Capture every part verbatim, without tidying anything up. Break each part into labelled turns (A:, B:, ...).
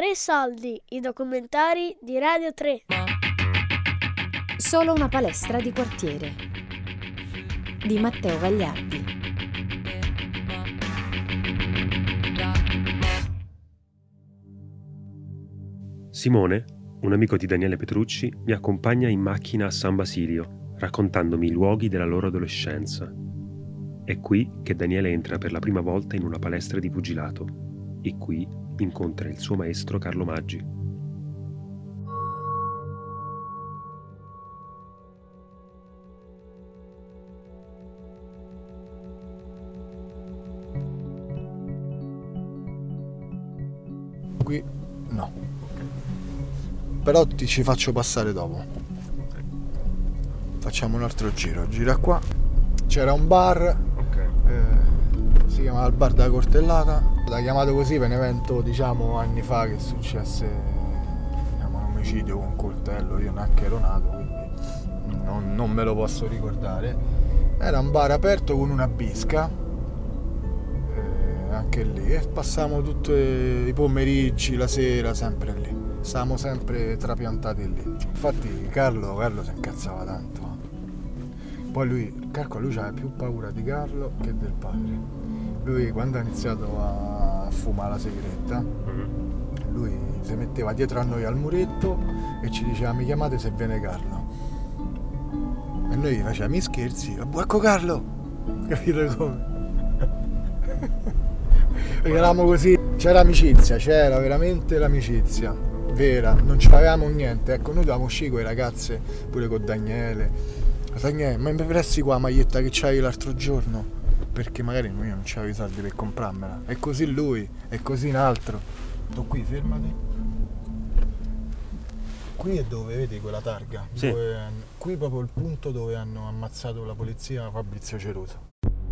A: Tre soldi, i documentari di Radio tre.
B: Solo una palestra di quartiere di Matteo Gagliardi.
C: Simone, un amico di Daniele Petrucci, mi accompagna in macchina a San Basilio, raccontandomi i luoghi della loro adolescenza. È qui che Daniele entra per la prima volta in una palestra di pugilato e qui incontra il suo maestro Carlo Maggi.
D: Qui no, però ti ci faccio passare dopo. Facciamo un altro giro. Gira qua. C'era un bar,
C: Ok.
D: eh, si chiamava il bar della Cortellata. L'ha chiamato così per un evento, diciamo, anni fa che successe, diciamo, un omicidio con un coltello. Io neanche ero nato, quindi non, non me lo posso ricordare. Era un bar aperto con una bisca, eh, anche lì, e passavamo tutti i pomeriggi, la sera, sempre lì. Stavamo sempre trapiantati lì. Infatti Carlo, Carlo si incazzava tanto. Poi lui, calcola, lui aveva più paura di Carlo che del padre. Lui quando ha iniziato a fumare la sigaretta, lui si metteva dietro a noi al muretto e ci diceva: mi chiamate se viene Carlo. E noi facevamo i scherzi: ecco Carlo! Capito come? Perché eravamo così, c'era amicizia, c'era veramente l'amicizia vera, non c'avevamo niente. Ecco, noi dovevamo uscire con le ragazze, pure con Daniele. Daniele, ma mi presti qua la maglietta che c'hai l'altro giorno? Perché magari io non c'avevo i soldi per comprarmela. E così lui, e così un altro. Tu qui, fermati. Qui è dove vedi quella targa,
C: Sì.
D: dove, qui è proprio il punto dove hanno ammazzato la polizia Fabrizio Ceruto.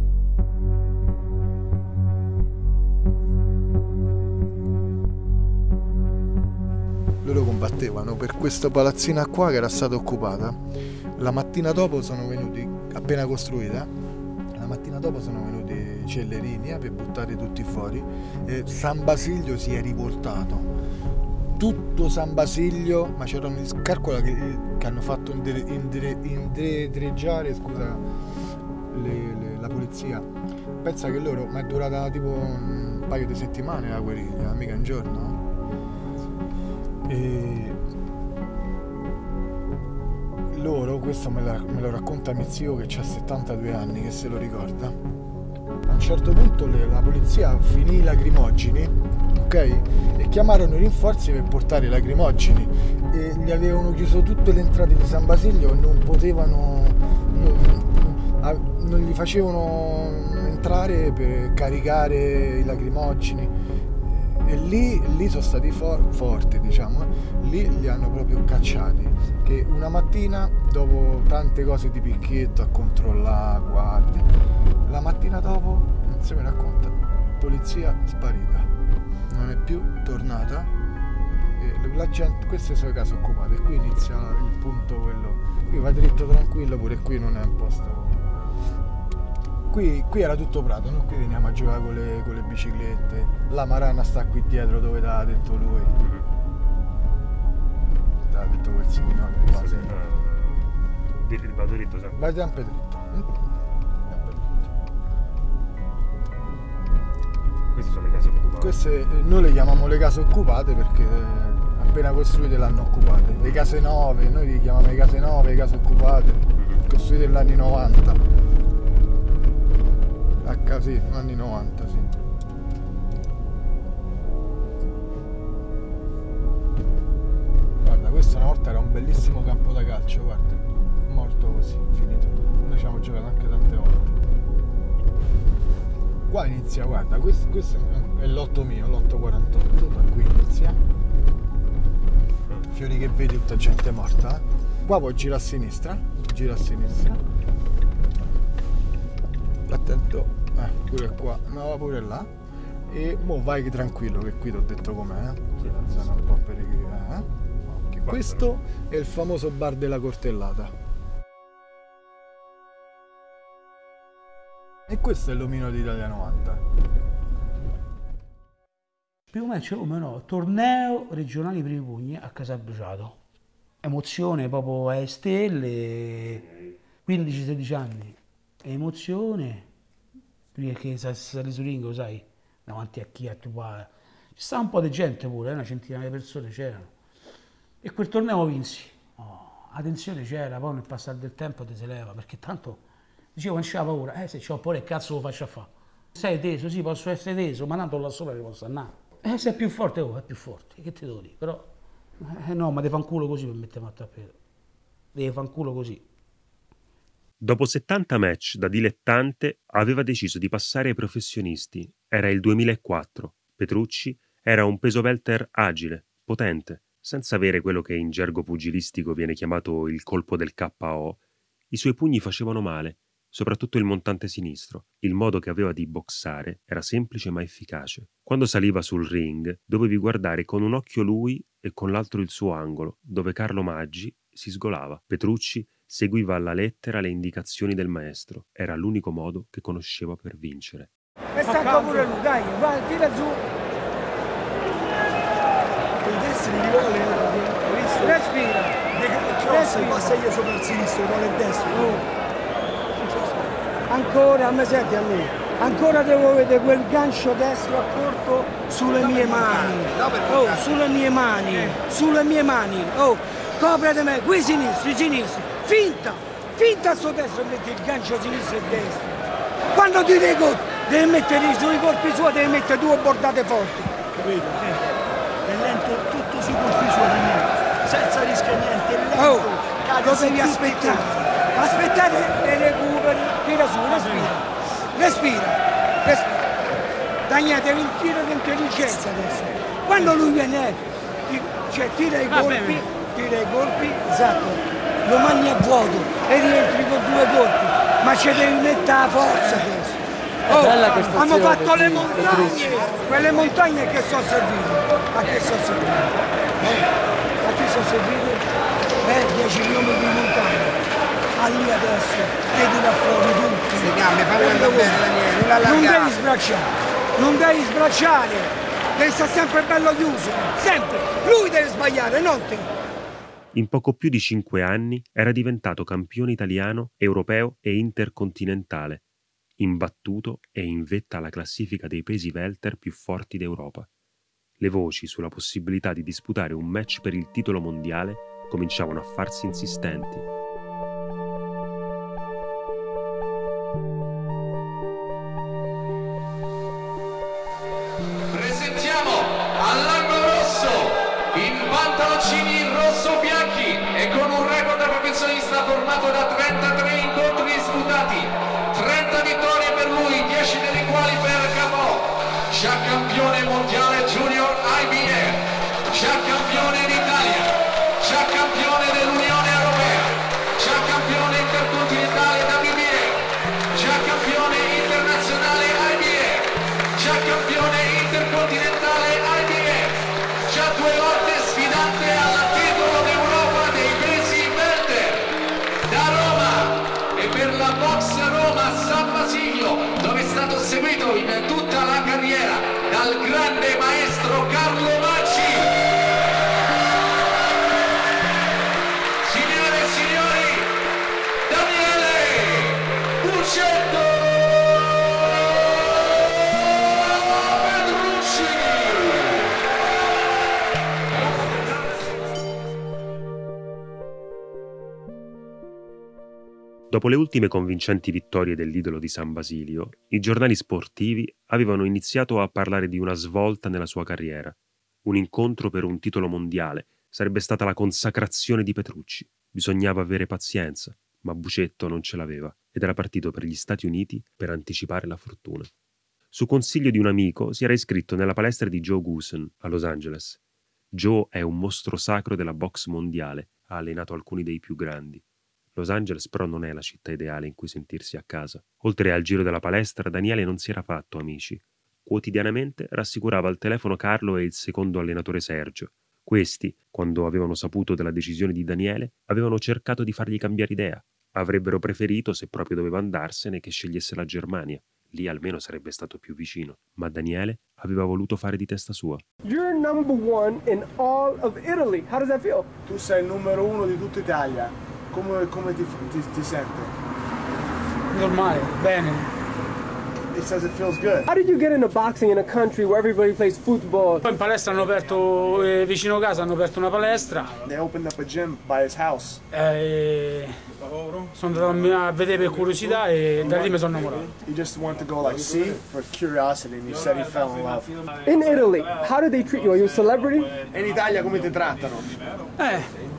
D: Loro combattevano per questa palazzina qua che era stata occupata. La mattina dopo sono venuti, appena costruita, la mattina dopo sono venuti i Cellerini eh, per buttare tutti fuori e San Basilio si è rivoltato. Tutto San Basilio, ma c'erano i calcola che, che hanno fatto indire, indire, indietreggiare, scusa, le, le, la polizia. Pensa che loro, ma è durata tipo un paio di settimane la guerriglia, mica un giorno. E loro, questo me, la, me lo racconta mio zio che ha settantadue anni, che se lo ricorda. A un certo punto le, la polizia finì i lacrimogeni, ok? E chiamarono i rinforzi per portare i lacrimogeni e gli avevano chiuso tutte le entrate di San Basilio e non potevano, non, non gli facevano entrare per caricare i lacrimogeni. E lì, lì sono stati for- forti, diciamo, lì li hanno proprio cacciati. Che una mattina, dopo tante cose di picchetto a controllare, guardie, la mattina dopo, non si mi racconta, polizia sparita, non è più tornata. E la gente, queste sono le case occupate, e qui inizia il punto quello. Qui va dritto tranquillo, pure qui non è un posto. Qui, qui era tutto prato, no? Qui veniamo a giocare con le, con le biciclette. La Marana sta qui dietro dove l'ha detto lui. L'ha detto quel signore.
C: Questo sembra... Dritto, vado dritto sempre.
D: Vai sempre dritto.
C: Queste sono le case occupate.
D: Queste noi le chiamiamo le case occupate perché appena costruite l'hanno occupate. Le case nuove, noi le chiamiamo le case nuove, le case occupate, costruite negli anni novanta. H, sì, anni novanta, sì. Guarda, questo una volta era un bellissimo campo da calcio, guarda. Morto così, finito. Noi ci abbiamo giocato anche tante volte. Qua inizia, guarda, questo, questo è l'otto mio, l'otto quarantotto, da qui inizia. Fiori che vedi, tutta gente morta. Eh? Qua puoi girare a sinistra, gira a sinistra. Attento, eh, pure qua, no, pure là. E mo vai tranquillo che qui ti ho detto com'è, eh? Sì, la zona un po' pericolata, eh? Okay, questo è il famoso bar della Cortellata. E questo è l'omino d'Italia novanta.
E: Primo match come no, torneo regionali per i pugni a Casabruciato. Emozione proprio a stelle, quindici sedici anni. Emozione, perché sali su ring, lo sai, davanti a chi, a tuo padre. Ci stava un po' di gente pure, una centinaia di persone c'erano. E quel torneo vinsi. Oh, la tensione c'era, poi nel passare del tempo ti si leva, perché tanto dicevo non c'era paura, eh se c'ho paura che cazzo lo faccio a fare? Sei teso, sì posso essere teso, ma tanto là sopra ci posso andare. Eh se è più forte, oh, è più forte, che ti devo dire? Però, eh no, ma devi fare un culo così per mettermi a tappeto. Devi fare un culo così.
C: Dopo settanta match da dilettante aveva deciso di passare ai professionisti. Era il duemilaquattro. Petrucci era un peso welter agile, potente, senza avere quello che in gergo pugilistico viene chiamato il colpo del K O. I suoi pugni facevano male, soprattutto il montante sinistro. Il modo che aveva di boxare era semplice ma efficace. Quando saliva sul ring, dovevi guardare con un occhio lui e con l'altro il suo angolo, dove Carlo Maggi si sgolava. Petrucci seguiva alla lettera le indicazioni del maestro. Era l'unico modo che conosceva per vincere.
F: E stanca pure lui, dai, vai, tira giù.
D: Il destro di vuole, hai visto?
F: Respira.
D: Cross, passa io sopra il sinistro, vuole il destro.
F: Oh. Ancora, a me senti a me, ancora devo vedere quel gancio destro a corto sulle mie mani. Oh, sulle mie mani, sulle mie mani. Oh, coprete me, qui sinistro, sinistro. Finta, finta a suo destro e metti il gancio sinistro e destro. Quando ti dei colpi, devi mettere sui colpi suoi, devi mettere due bordate forti.
D: Capito? È lento tutto sui colpi suoi, senza rischio niente, è lento.
F: Oh, lo devi aspettare. Aspettare e recuperi, tira su, respira, respira, respira. Daniele, devi un tiro di intelligenza adesso. Quando lui viene, ti, cioè tira i colpi, tira i colpi, esatto, lo mangi a vuoto e rientri con due colpi, ma ci devi mettere la forza adesso. Oh, abbiamo fatto le montagne, quelle montagne che sono servite, a che sono servite? Eh? A chi sono servite? Eh, dieci chilometri di montagna. Ah, lì adesso, vedi da fuori tutti.
G: Si cambia, fallo andare bene Daniele, non
F: Non devi sbracciare, non devi sbracciare, devi stare sempre bello chiuso, sempre. Lui deve sbagliare, non te.
C: In poco più di cinque anni era diventato campione italiano, europeo e intercontinentale, imbattuto e in vetta alla classifica dei pesi welter più forti d'Europa. Le voci sulla possibilità di disputare un match per il titolo mondiale cominciavano a farsi insistenti.
H: All'angolo rosso, in pantaloncini rosso-bianchi e con un record da professionista formato da trentatré incontri disputati, trenta vittorie per lui, dieci delle quali per K O, già campione mondiale junior I B F, già campione d'Italia, già campione dell'Unione Europea, già campione intercontinentale W B F, già campione internazionale I B F, già campione intercontinentale I B F, già due volte sfidante al titolo d'Europa dei pesi welter da Roma e per la Box Roma San Basilio, dove è stato seguito in tutta la carriera dal grande maestro Carlo Maggi. Signore e signori, Daniele Buccetto Petrucci.
C: Dopo le ultime convincenti vittorie dell'idolo di San Basilio, i giornali sportivi avevano iniziato a parlare di una svolta nella sua carriera. Un incontro per un titolo mondiale sarebbe stata la consacrazione di Petrucci. Bisognava avere pazienza, ma Buccetto non ce l'aveva ed era partito per gli Stati Uniti per anticipare la fortuna. Su consiglio di un amico si era iscritto nella palestra di Joe Goosen a Los Angeles. Joe è un mostro sacro della box mondiale, ha allenato alcuni dei più grandi. Los Angeles però non è la città ideale in cui sentirsi a casa. Oltre al giro della palestra, Daniele non si era fatto amici. Quotidianamente rassicurava al telefono Carlo e il secondo allenatore Sergio. Questi, quando avevano saputo della decisione di Daniele, avevano cercato di fargli cambiare idea. Avrebbero preferito, se proprio doveva andarsene, che scegliesse la Germania. Lì almeno sarebbe stato più vicino. Ma Daniele aveva voluto fare di testa sua.
I: You're number one in all of Italy. How does that feel?
D: Tu sei il numero uno di tutta Italia. Come, come ti, ti, ti senti?
E: Normale, bene.
D: It says it feels good.
I: How did you get into boxing in a country where everybody plays football?
E: Poi in palestra hanno aperto, eh, vicino a casa hanno aperto una palestra.
D: They opened up a gym by his house.
E: Eh, sono andato a vedere per curiosità e da lì mi sono innamorato.
D: He just wanted to go like see for curiosity and he said he fell in love.
I: In Italy, how did they treat you? Are you a celebrity?
D: E in Italia come ti trattano?
E: Eh,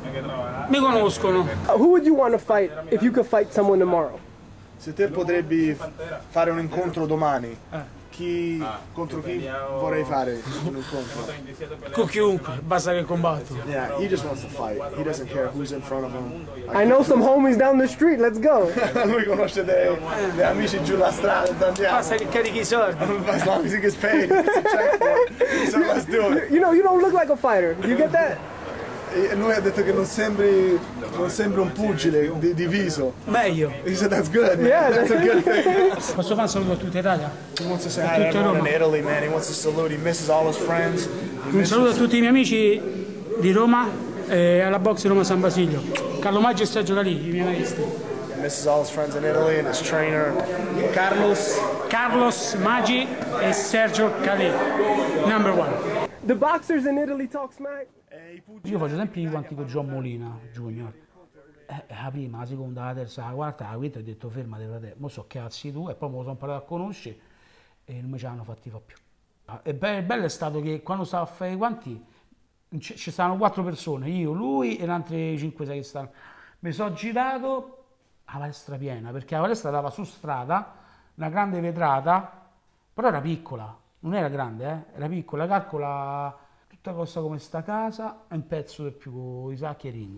E: mi conoscono.
I: Uh, who would you want to fight if you could fight someone tomorrow?
D: Se te potrebbe fare un incontro domani, chi, contro chi vorrei fare un incontro?
E: Con chiunque, basta che combatto.
D: Yeah, he just wants to fight. He doesn't care who's in front of him.
I: I know some homies down the street, let's go.
D: Lui conosce dei, dei amici giù la strada, andiamo.
E: Basta che carichi i soldi.
D: As long as he gets paid, it's a check for it. So let's do it.
I: You know, you don't look like a fighter. You get that?
D: E lui ha detto che non sembri, non sembri un pugile di, di viso.
E: Meglio.
D: He said that's good.
I: Yeah,
D: that's a good thing.
E: Posso fare un saluto a tutta Italia?
D: He wants to say hi to everyone in Italy, man. He wants to salute. He misses all his friends.
E: Un saluto a tutti i miei amici di Roma e alla box Roma San Basilio. Carlo Maggi e Sergio Calì, i miei analisti.
D: He misses all his friends in Italy and his trainer, Carlos.
E: Carlos Maggi e Sergio Calì. Number one.
I: The boxers in Italy talk smack.
E: Io faccio sempre i guanti con John Molina Junior. Eh, la prima, la seconda, la terza, la quarta, la quinta ho detto fermate fratello, mo so cazzi tu e poi me lo sono imparato a conoscere e non mi ci hanno fatti fa più. E be- il bello è stato che quando stavo a fare i guanti c- ci stavano quattro persone, io, lui e le altre cinque sei che stavano. Mi sono girato a palestra piena perché la palestra dava su strada, una grande vetrata, però era piccola, non era grande, eh? Era piccola, calcola tutta cosa come sta casa e un pezzo del più i sacchi e ring.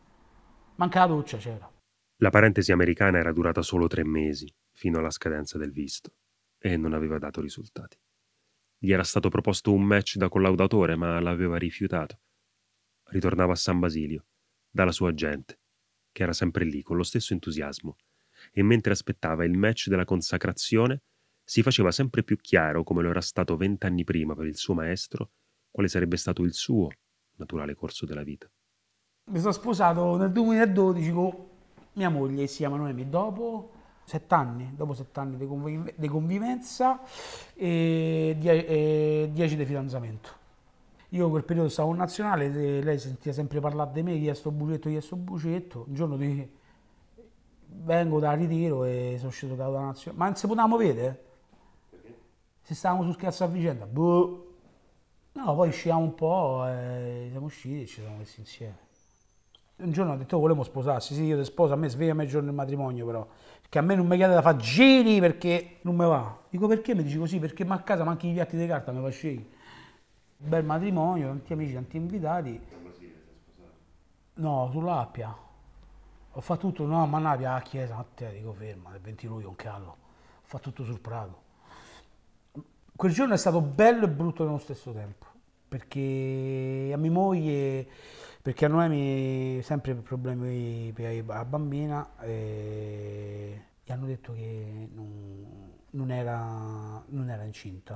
E: Manca la doccia, c'era.
C: La parentesi americana era durata solo tre mesi, fino alla scadenza del visto, e non aveva dato risultati. Gli era stato proposto un match da collaudatore, ma l'aveva rifiutato. Ritornava a San Basilio, dalla sua gente, che era sempre lì, con lo stesso entusiasmo, e mentre aspettava il match della consacrazione, si faceva sempre più chiaro, come lo era stato vent'anni prima per il suo maestro, quale sarebbe stato il suo naturale corso della vita.
E: Mi sono sposato nel duemiladodici con mia moglie, che si chiama Noemi, dopo sette anni, dopo sette anni di, conviv- di convivenza e die- e dieci di fidanzamento. Io in quel periodo stavo in nazionale, lei sentiva sempre parlare di me, chiesto bucetto, chiesto bucetto. Un giorno di... vengo da ritiro e sono sceso dalla nazionale. Ma non si potevamo vedere? Perché? Se stavamo sul cazzo a vicenda, boh. No, poi uscivamo un po', e siamo usciti e ci siamo messi insieme. Un giorno ho detto, oh, volevo sposarsi, sì, io ti sposo, a me sveglia me il giorno del matrimonio però, perché a me non mi chiede da fare giri perché non mi va. Dico, perché mi dici così? Perché ma a casa manchi i piatti di carta, mi fa scegli. Bel matrimonio, tanti amici, tanti invitati. No, sull'Appia. Ho fatto tutto, no, ma Napia, a chiesa, a te, dico ferma, del venti luglio, un callo. Ho fatto tutto sul Prato. Quel giorno è stato bello e brutto nello stesso tempo, perché a mia moglie, perché a Noemi sempre per problemi per la bambina, e gli hanno detto che non, non, era, non era incinta.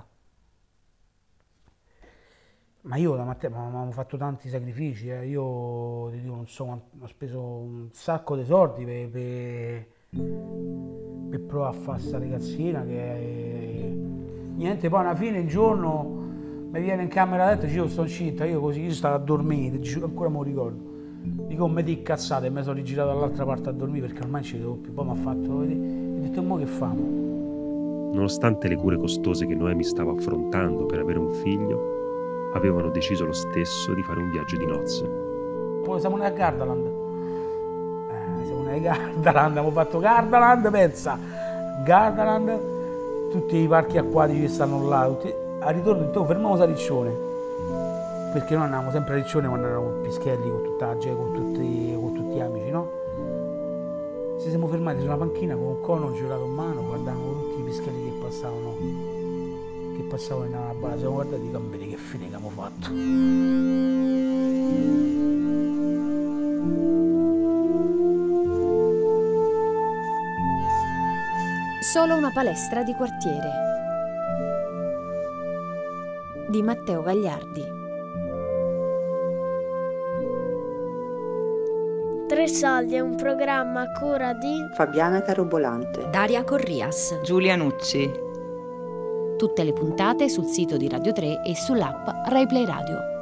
E: Ma io da Matteo avevamo fatto tanti sacrifici, eh. Io ti dico, non so, ho speso un sacco di soldi per, per, per provare a fare questa ragazzina che... Niente, poi alla fine un giorno mi viene in camera da letto e dice, io sto incinta, io così, io stavo a dormire, ancora me lo ricordo. Dico, mi di cazzate e mi sono rigirato dall'altra parte a dormire perché ormai ci devo più. Poi mi ha fatto vedere, ho detto, mo che famo?
C: Nonostante le cure costose che Noemi stava affrontando per avere un figlio, avevano deciso lo stesso di fare un viaggio di nozze.
E: Poi siamo andati a Gardaland. Eh, siamo andati a Gardaland, abbiamo fatto Gardaland, pensa, Gardaland. Tutti i parchi acquatici che stanno là, tutti... a ritorno intanto fermiamo a Riccione, perché noi andavamo sempre a Riccione quando eravamo con Pischelli, con tutta la gente, con tutti, con tutti gli amici, no? Ci siamo fermati su una panchina con un cono girato in mano, guardavamo tutti i Pischelli che passavano, che passavano in una base, siamo guardati i gamberi, che fine che abbiamo fatto.
B: Solo una palestra di quartiere. di Matteo Gagliardi.
A: Tre Soldi è un programma a cura di
J: Fabiana Carobolante,
B: Daria Corrias,
K: Giulia Nucci.
B: Tutte le puntate sul sito di Radio tre e sull'app RaiPlay Radio.